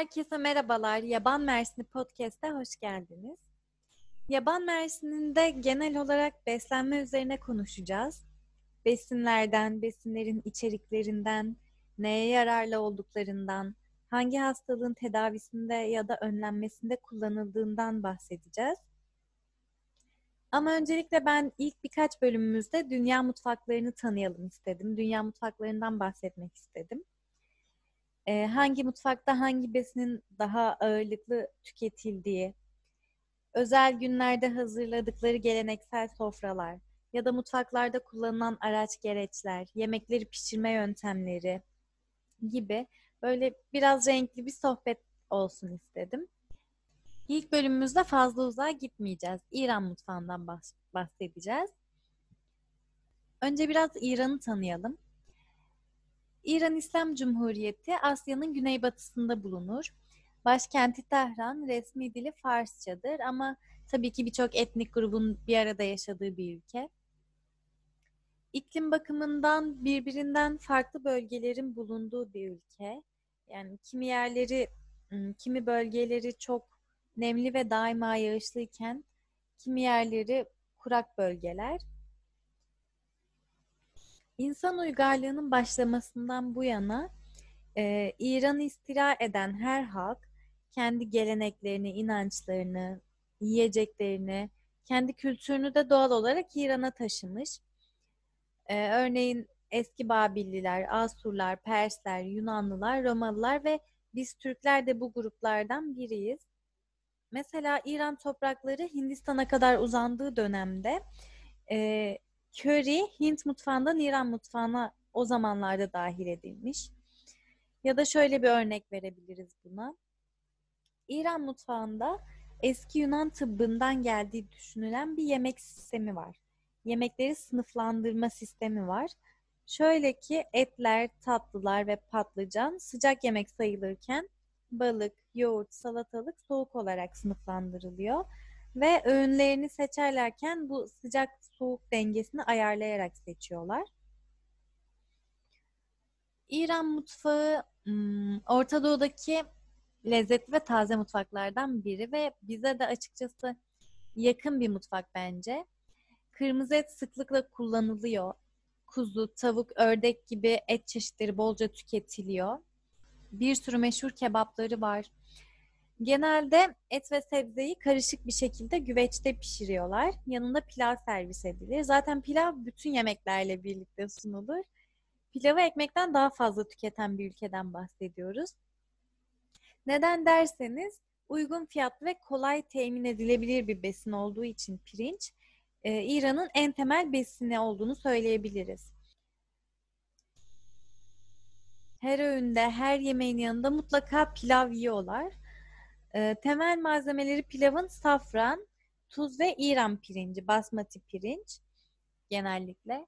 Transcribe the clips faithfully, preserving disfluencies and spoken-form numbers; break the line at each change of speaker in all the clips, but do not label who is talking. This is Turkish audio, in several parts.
Herkese merhabalar. Yaban Mersini Podcast'e hoş geldiniz. Yaban Mersin'inde genel olarak beslenme üzerine konuşacağız. Besinlerden, besinlerin içeriklerinden, neye yararlı olduklarından, hangi hastalığın tedavisinde ya da önlenmesinde kullanıldığından bahsedeceğiz. Ama öncelikle ben ilk birkaç bölümümüzde dünya mutfaklarını tanıyalım istedim. Dünya mutfaklarından bahsetmek istedim. Ee, hangi mutfakta hangi besinin daha ağırlıklı tüketildiği, özel günlerde hazırladıkları geleneksel sofralar ya da mutfaklarda kullanılan araç gereçler, yemekleri pişirme yöntemleri gibi böyle biraz renkli bir sohbet olsun istedim. İlk bölümümüzde fazla uzağa gitmeyeceğiz. İran mutfağından bahs- bahsedeceğiz. Önce biraz İran'ı tanıyalım. İran İslam Cumhuriyeti Asya'nın güneybatısında bulunur. Başkenti Tahran, resmi dili Farsçadır ama tabii ki birçok etnik grubun bir arada yaşadığı bir ülke. İklim bakımından birbirinden farklı bölgelerin bulunduğu bir ülke. Yani kimi yerleri, kimi bölgeleri çok nemli ve daima yağışlıyken kimi yerleri kurak bölgeler. İnsan uygarlığının başlamasından bu yana e, İran'ı istila eden her halk kendi geleneklerini, inançlarını, yiyeceklerini, kendi kültürünü de doğal olarak İran'a taşımış. E, örneğin eski Babilliler, Asurlar, Persler, Yunanlılar, Romalılar ve biz Türkler de bu gruplardan biriyiz. Mesela İran toprakları Hindistan'a kadar uzandığı dönemde e, köri Hint mutfağından İran mutfağına o zamanlarda dahil edilmiş. Ya da şöyle bir örnek verebiliriz buna. İran mutfağında eski Yunan tıbbından geldiği düşünülen bir yemek sistemi var. Yemekleri sınıflandırma sistemi var. Şöyle ki etler, tatlılar ve patlıcan sıcak yemek sayılırken balık, yoğurt, salatalık soğuk olarak sınıflandırılıyor. Ve öğünlerini seçerlerken bu sıcak soğuk dengesini ayarlayarak seçiyorlar. İran mutfağı hmm, Orta Doğu'daki lezzetli ve taze mutfaklardan biri ve bize de açıkçası yakın bir mutfak bence. Kırmızı et sıklıkla kullanılıyor. Kuzu, tavuk, ördek gibi et çeşitleri bolca tüketiliyor. Bir sürü meşhur kebapları var. Genelde et ve sebzeyi karışık bir şekilde güveçte pişiriyorlar. Yanında pilav servis edilir. Zaten pilav bütün yemeklerle birlikte sunulur. Pilavı ekmekten daha fazla tüketen bir ülkeden bahsediyoruz. Neden derseniz uygun fiyatlı ve kolay temin edilebilir bir besin olduğu için pirinç, e, İran'ın en temel besini olduğunu söyleyebiliriz. Her öğünde, her yemeğin yanında mutlaka pilav yiyorlar. E, temel malzemeleri pilavın safran, tuz ve İran pirinci, basmati pirinç genellikle.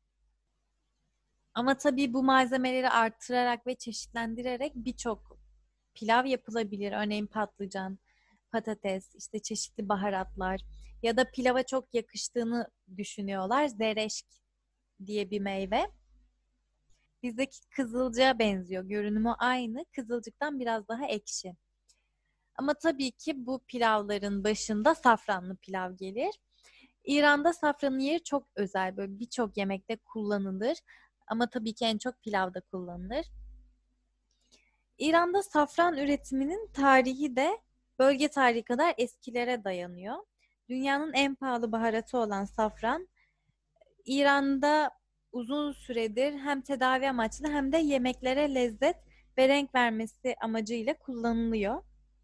Ama tabii bu malzemeleri artırarak ve çeşitlendirerek birçok pilav yapılabilir. Örneğin patlıcan, patates, işte çeşitli baharatlar ya da pilava çok yakıştığını düşünüyorlar. Zereşk diye bir meyve. Bizdeki kızılcığa benziyor. Görünümü aynı. Kızılcıktan biraz daha ekşi. Ama tabii ki bu pilavların başında safranlı pilav gelir. İran'da safranın yeri çok özel. Böyle birçok yemekte kullanılır. Ama tabii ki en çok pilavda kullanılır. İran'da safran üretiminin tarihi de bölge tarihi kadar eskilere dayanıyor. Dünyanın en pahalı baharatı olan safran, İran'da uzun süredir hem tedavi amaçlı hem de yemeklere lezzet ve renk vermesi amacıyla kullanılıyor.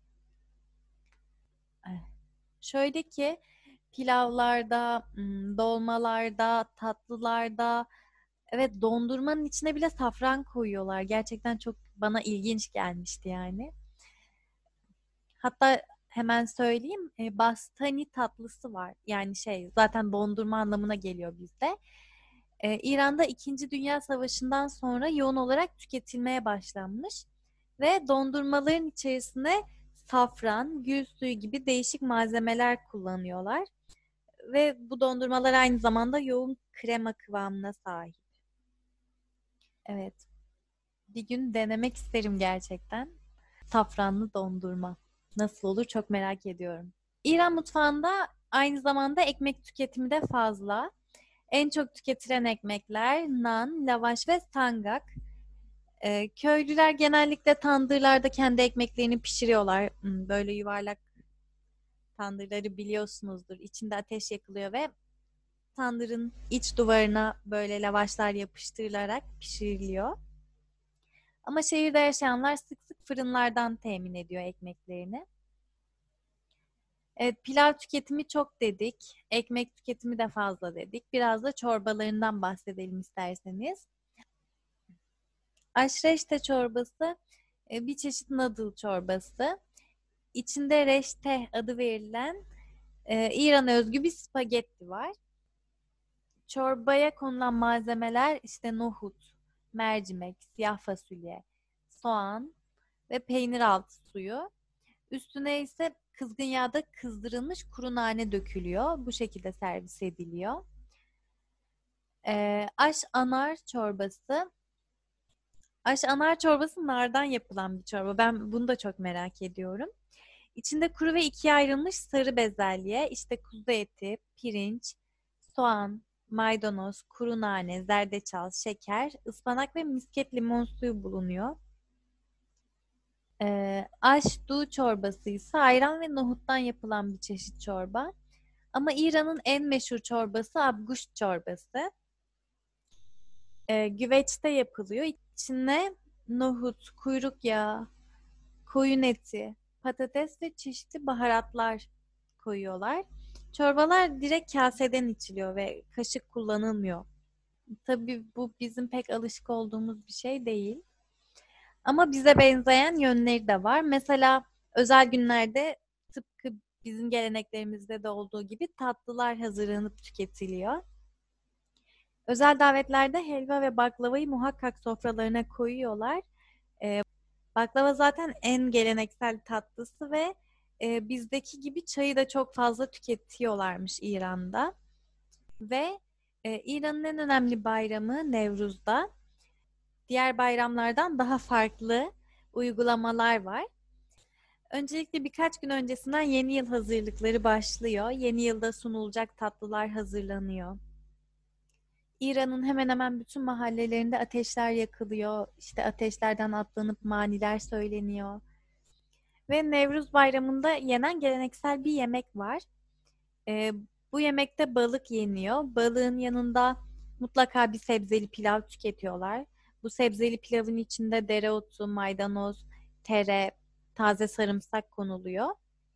Şöyle ki pilavlarda, hmm, dolmalarda, tatlılarda, evet dondurmanın içine bile safran koyuyorlar. Gerçekten çok bana ilginç gelmişti yani. Hatta hemen söyleyeyim, e, bastani tatlısı var. Yani şey zaten dondurma anlamına geliyor bizde. E, İran'da İkinci Dünya Savaşı'ndan sonra yoğun olarak tüketilmeye başlanmış ve dondurmaların içerisine safran, gül suyu gibi değişik malzemeler kullanıyorlar ve bu dondurmalar aynı zamanda yoğun krema kıvamına sahip. Evet, bir gün denemek isterim gerçekten. safranlı dondurma. Nasıl olur çok merak ediyorum. İran mutfağında aynı zamanda ekmek tüketimi de fazla. En çok tüketilen ekmekler nan, lavaş ve sangak. Ee, köylüler genellikle tandırlarda kendi ekmeklerini pişiriyorlar. Hmm, Böyle yuvarlak tandırları biliyorsunuzdur. İçinde ateş yakılıyor ve tandırın iç duvarına böyle lavaşlar yapıştırılarak pişiriliyor. Ama şehirde yaşayanlar sık sık fırınlardan temin ediyor ekmeklerini. Evet, pilav tüketimi çok dedik. Ekmek tüketimi de fazla dedik. Biraz da çorbalarından bahsedelim isterseniz. Aşreşte çorbası e, bir çeşit noodle çorbası. İçinde reçte adı verilen e, İran'a özgü bir spagetti var. Çorbaya konulan malzemeler işte nohut, mercimek, siyah fasulye, soğan ve peynir altı suyu. Üstüne ise kızgın yağda kızdırılmış kuru nane dökülüyor. Bu şekilde servis ediliyor. Ee, aş anar çorbası. Aş anar çorbası nardan yapılan bir çorba. Ben bunu da çok merak ediyorum. İçinde kuru ve ikiye ayrılmış sarı bezelye, işte kuzu eti, pirinç, soğan, maydanoz, kuru nane, zerdeçal, şeker, ıspanak ve misket limon suyu bulunuyor. Ee, aşdu çorbası ise ayran ve nohuttan yapılan bir çeşit çorba. Ama İran'ın en meşhur çorbası abguş çorbası. Ee, güveçte yapılıyor. İçine nohut, kuyruk yağı, koyun eti, patates ve çeşitli baharatlar koyuyorlar. Çorbalar direkt kaseden içiliyor ve kaşık kullanılmıyor. Tabii bu bizim pek alışık olduğumuz bir şey değil. Ama bize benzeyen yönleri de var. Mesela özel günlerde tıpkı bizim geleneklerimizde de olduğu gibi tatlılar hazırlanıp tüketiliyor. Özel davetlerde helva ve baklavayı muhakkak sofralarına koyuyorlar. Baklava zaten en geleneksel tatlısı ve e, bizdeki gibi çayı da çok fazla tüketiyorlarmış İran'da. Ve e, İran'ın en önemli bayramı Nevruz'da. Diğer bayramlardan daha farklı uygulamalar var. Öncelikle birkaç gün öncesinden yeni yıl hazırlıkları başlıyor. Yeni yılda sunulacak tatlılar hazırlanıyor. İran'ın hemen hemen bütün mahallelerinde ateşler yakılıyor. İşte ateşlerden atlanıp maniler söyleniyor. Ve Nevruz Bayramı'nda yenen geleneksel bir yemek var. Ee, Bu yemekte balık yeniyor. Balığın yanında mutlaka bir sebzeli pilav tüketiyorlar. Bu sebzeli pilavın içinde dereotu, maydanoz, tere, taze sarımsak konuluyor.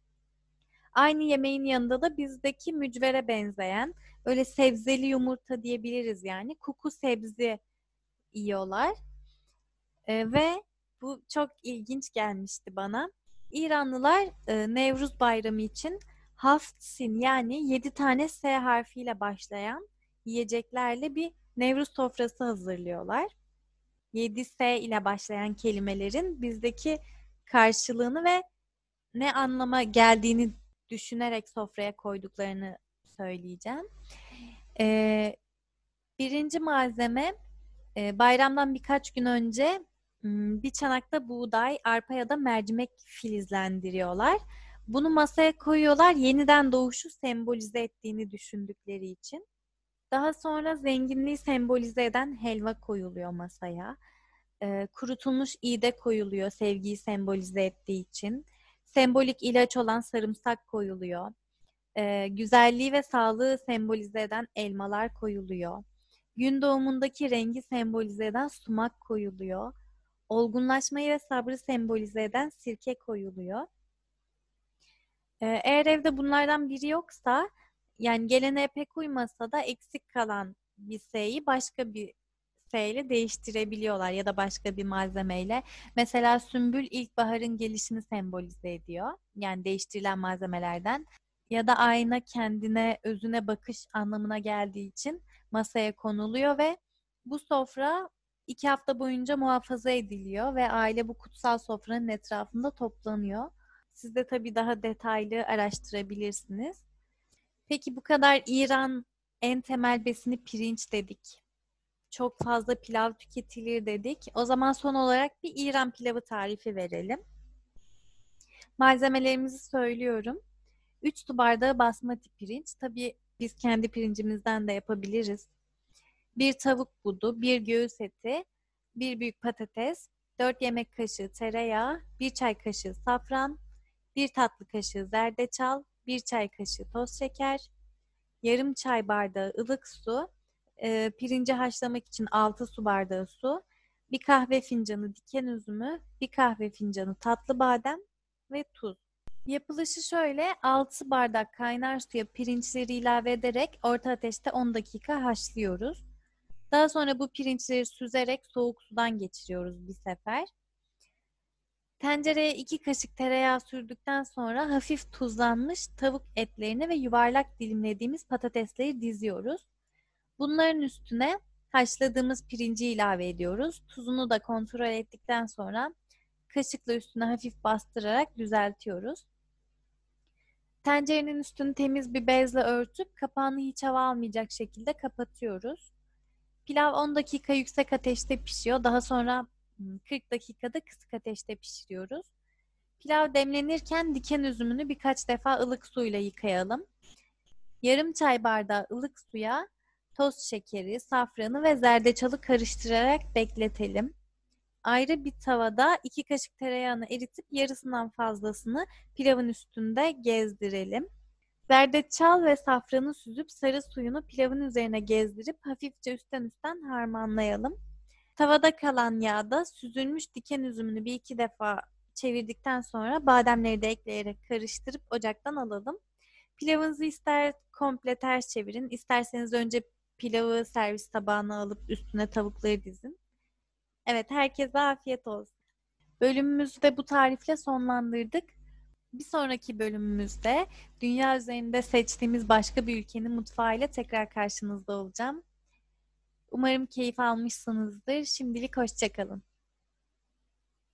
Aynı yemeğin yanında da bizdeki mücvere benzeyen böyle sebzeli yumurta diyebiliriz yani. Kuku sebzi yiyorlar. Ee, ve bu çok ilginç gelmişti bana. İranlılar e, Nevruz Bayramı için Haftsin yani yedi tane S harfiyle başlayan yiyeceklerle bir Nevruz sofrası hazırlıyorlar. yedi S ile başlayan kelimelerin bizdeki karşılığını ve ne anlama geldiğini düşünerek sofraya koyduklarını söyleyeceğim. Ee, Birinci malzeme e, bayramdan birkaç gün önce m, bir çanakta buğday, arpa ya da mercimek filizlendiriyorlar. Bunu masaya koyuyorlar yeniden doğuşu sembolize ettiğini düşündükleri için. Daha sonra zenginliği sembolize eden helva koyuluyor masaya. E, kurutulmuş iğde koyuluyor sevgiyi sembolize ettiği için. Sembolik ilaç olan sarımsak koyuluyor. E, güzelliği ve sağlığı sembolize eden elmalar koyuluyor. Gün doğumundaki rengi sembolize eden sumak koyuluyor. Olgunlaşmayı ve sabrı sembolize eden sirke koyuluyor. Ee, eğer evde bunlardan biri yoksa, yani geleneğe pek uymasa da eksik kalan bir şeyi başka bir şeyle değiştirebiliyorlar ya da başka bir malzemeyle. Mesela sümbül ilkbaharın gelişini sembolize ediyor. Yani değiştirilen malzemelerden. Ya da ayna kendine, özüne bakış anlamına geldiği için masaya konuluyor ve bu sofra iki hafta boyunca muhafaza ediliyor ve aile bu kutsal sofranın etrafında toplanıyor. Siz de tabii daha detaylı araştırabilirsiniz. Peki bu kadar İran en temel besini pirinç dedik. Çok fazla pilav tüketilir dedik. O zaman son olarak bir İran pilavı tarifi verelim. Malzemelerimizi söylüyorum. üç su bardağı basmati pirinç. Tabii biz kendi pirincimizden de yapabiliriz. Bir tavuk budu, bir göğüs eti, bir büyük patates, dört yemek kaşığı tereyağı, bir çay kaşığı safran, bir tatlı kaşığı zerdeçal, bir çay kaşığı toz şeker, yarım çay bardağı ılık su, e, pirinci haşlamak için altı su bardağı su, bir kahve fincanı diken üzümü, bir kahve fincanı tatlı badem ve tuz. Yapılışı şöyle: altı bardak kaynar suya pirinçleri ilave ederek orta ateşte on dakika haşlıyoruz. Daha sonra bu pirinçleri süzerek soğuk sudan geçiriyoruz bir sefer. Tencereye iki kaşık tereyağı sürdükten sonra hafif tuzlanmış tavuk etlerini ve yuvarlak dilimlediğimiz patatesleri diziyoruz. Bunların üstüne haşladığımız pirinci ilave ediyoruz. Tuzunu da kontrol ettikten sonra kaşıkla üstüne hafif bastırarak düzeltiyoruz. Tencerenin üstünü temiz bir bezle örtüp kapağını hiç hava almayacak şekilde kapatıyoruz. Pilav on dakika yüksek ateşte pişiyor. Daha sonra kırk dakikada kısık ateşte pişiriyoruz. Pilav demlenirken diken üzümünü birkaç defa ılık suyla yıkayalım. Yarım çay bardağı ılık suya toz şekeri, safranı ve zerdeçalı karıştırarak bekletelim. Ayrı bir tavada iki kaşık tereyağını eritip yarısından fazlasını pilavın üstünde gezdirelim. Zerdeçal ve safranı süzüp sarı suyunu pilavın üzerine gezdirip hafifçe üstten üstten harmanlayalım. Tavada kalan yağda süzülmüş diken üzümünü bir iki defa çevirdikten sonra bademleri de ekleyerek karıştırıp ocaktan alalım. Pilavınızı ister komple ters çevirin, isterseniz önce pilavı servis tabağına alıp üstüne tavukları dizin. Evet, herkese afiyet olsun. Bölümümüzü de bu tarifle sonlandırdık. Bir sonraki bölümümüzde dünya üzerinde seçtiğimiz başka bir ülkenin mutfağıyla tekrar karşınızda olacağım. Umarım keyif almışsınızdır. Şimdilik hoşça kalın.